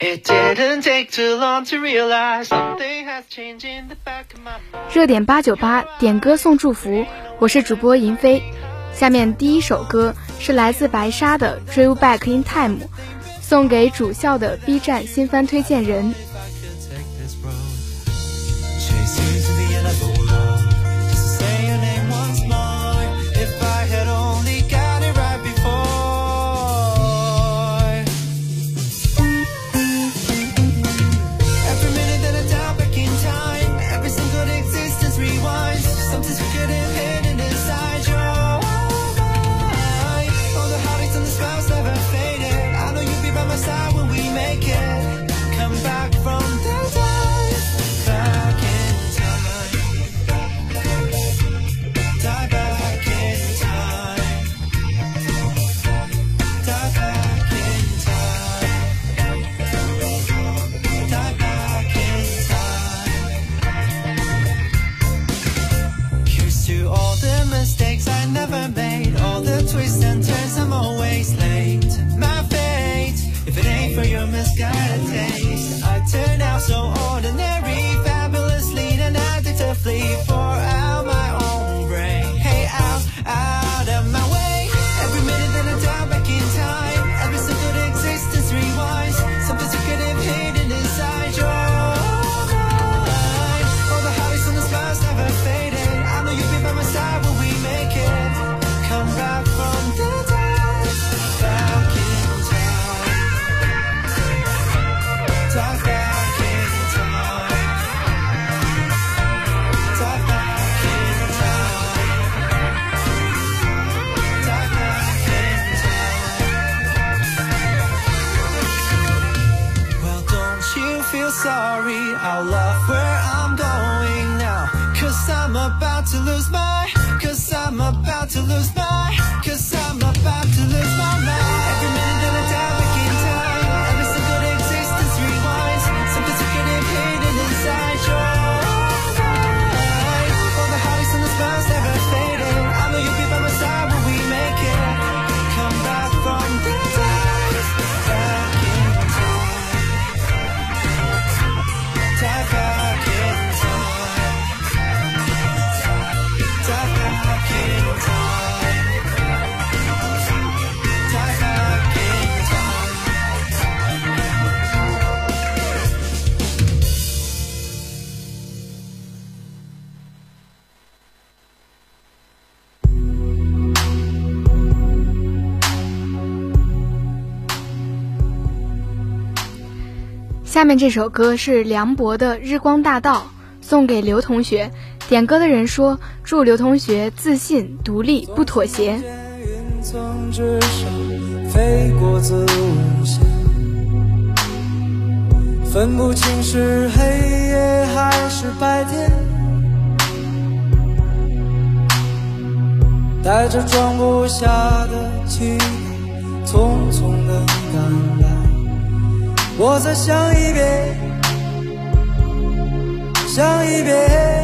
热点898点歌送祝福，我是主播银飞。下面第一首歌是来自白沙的 Drive Back in Time， 送给主校的 B 站新番推荐人。下面这首歌是梁博的《日光大道》，送给刘同学。点歌的人说，祝刘同学自信、独立、不妥协。 云层之上飞过子午线，分不清是黑夜还是白天，带着装不下的期待，匆匆地赶来。我再想一遍，想一遍，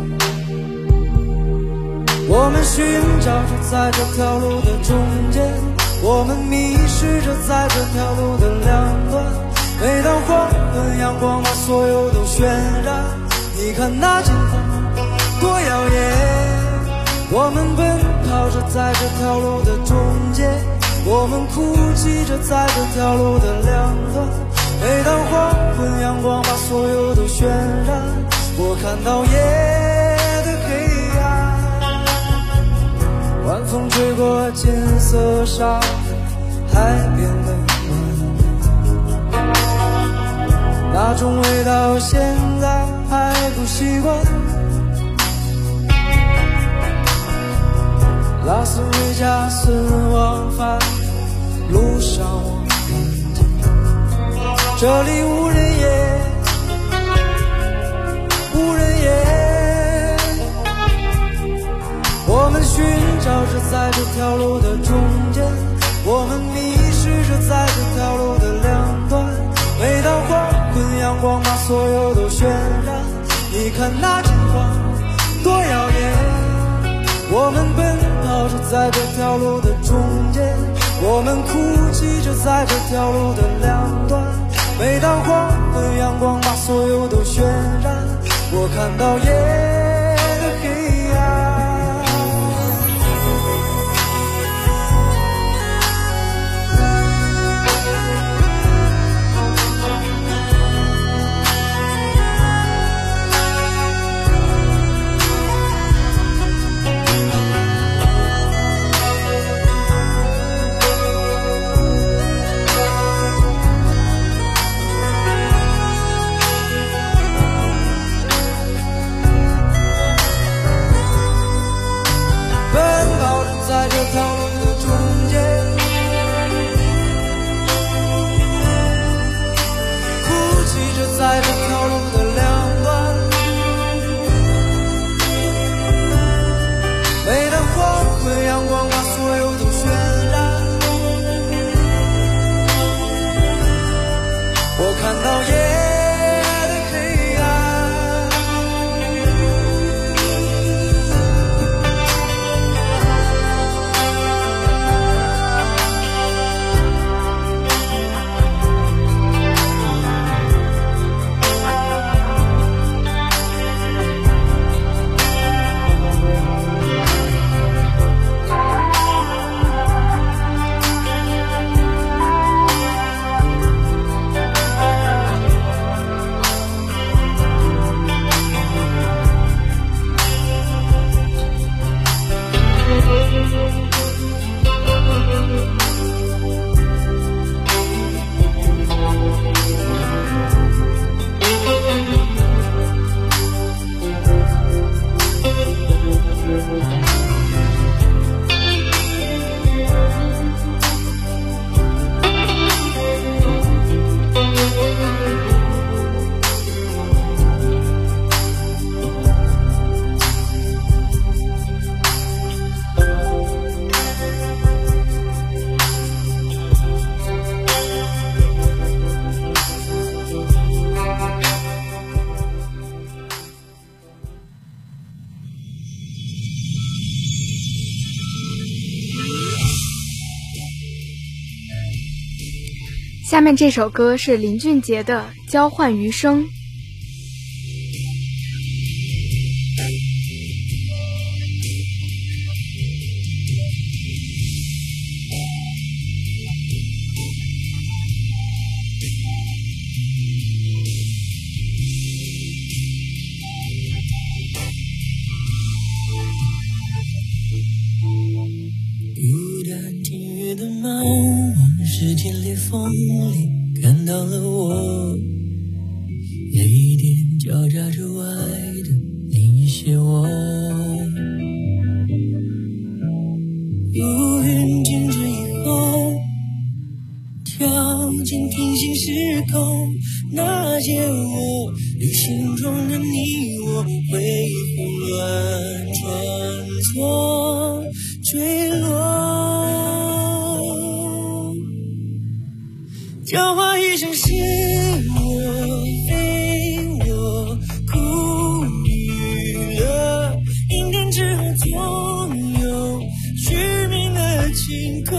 我们寻找着在这条路的中间，我们迷失着在这条路的两端。每当黄昏阳光把所有都渲染，你看那金黄多耀眼。我们奔跑着在这条路的中间，我们哭泣着在这条路的两端。每当黄昏阳光把所有都渲染，我看到夜的黑暗。晚风吹过金色沙滩，海边的晚安，那种味道现在还不习惯。拉斯维加斯往返路上，我看见这里无人烟，无人烟。我们寻找着在这条路的中间，我们迷失着在这条路的两端。每当黄昏阳光把所有都渲染，你看那金黄多耀眼。我们奔跑着在这条路的中间，我们哭泣着在这条路的两端。 每当黄昏阳光把所有都渲染，我看到夜的黑暗。在这条路的中间，哭泣着在这条路的两端。每当黄昏阳光把所有都渲染，我看到夜的黑暗。 下面这首歌是林俊杰的《交换余生》。 孤单听雨的猫，时间裂缝里看到了我，泪点交杂着爱的另一些我。乌云静止以后，跳进平行时空，那些我旅行中的你我，回忆胡乱穿梭坠落。交换余生是我非我，苦与乐，阴天之后总有虚名的晴空。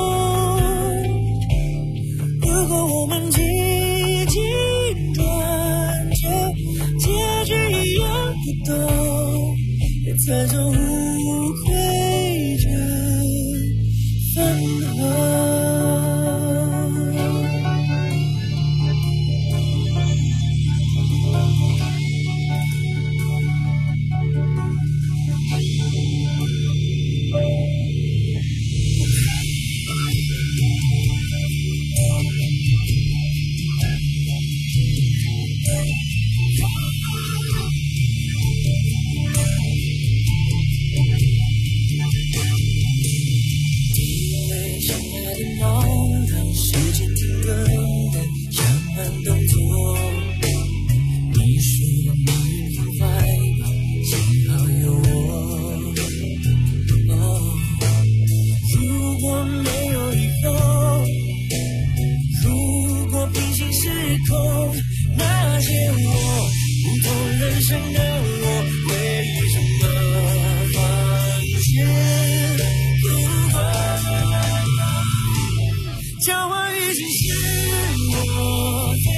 如果我们几经转折，结局一样不同，也才总无愧着分合。交换余生是我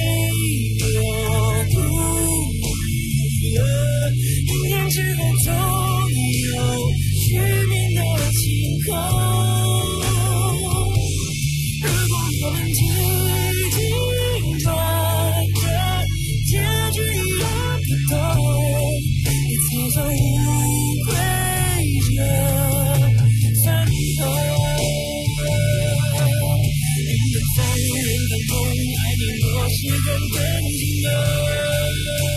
看风，爱你若是更近了，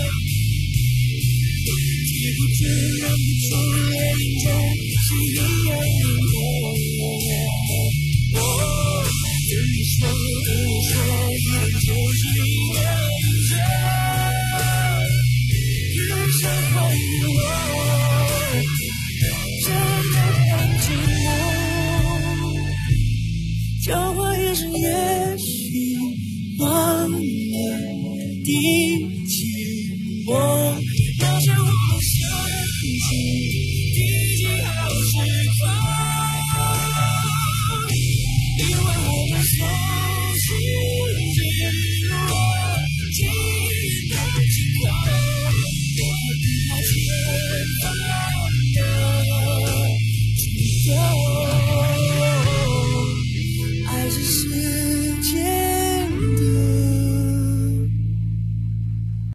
体不知忍不住眼睛中是一样的梦。哦，对你说，对我说。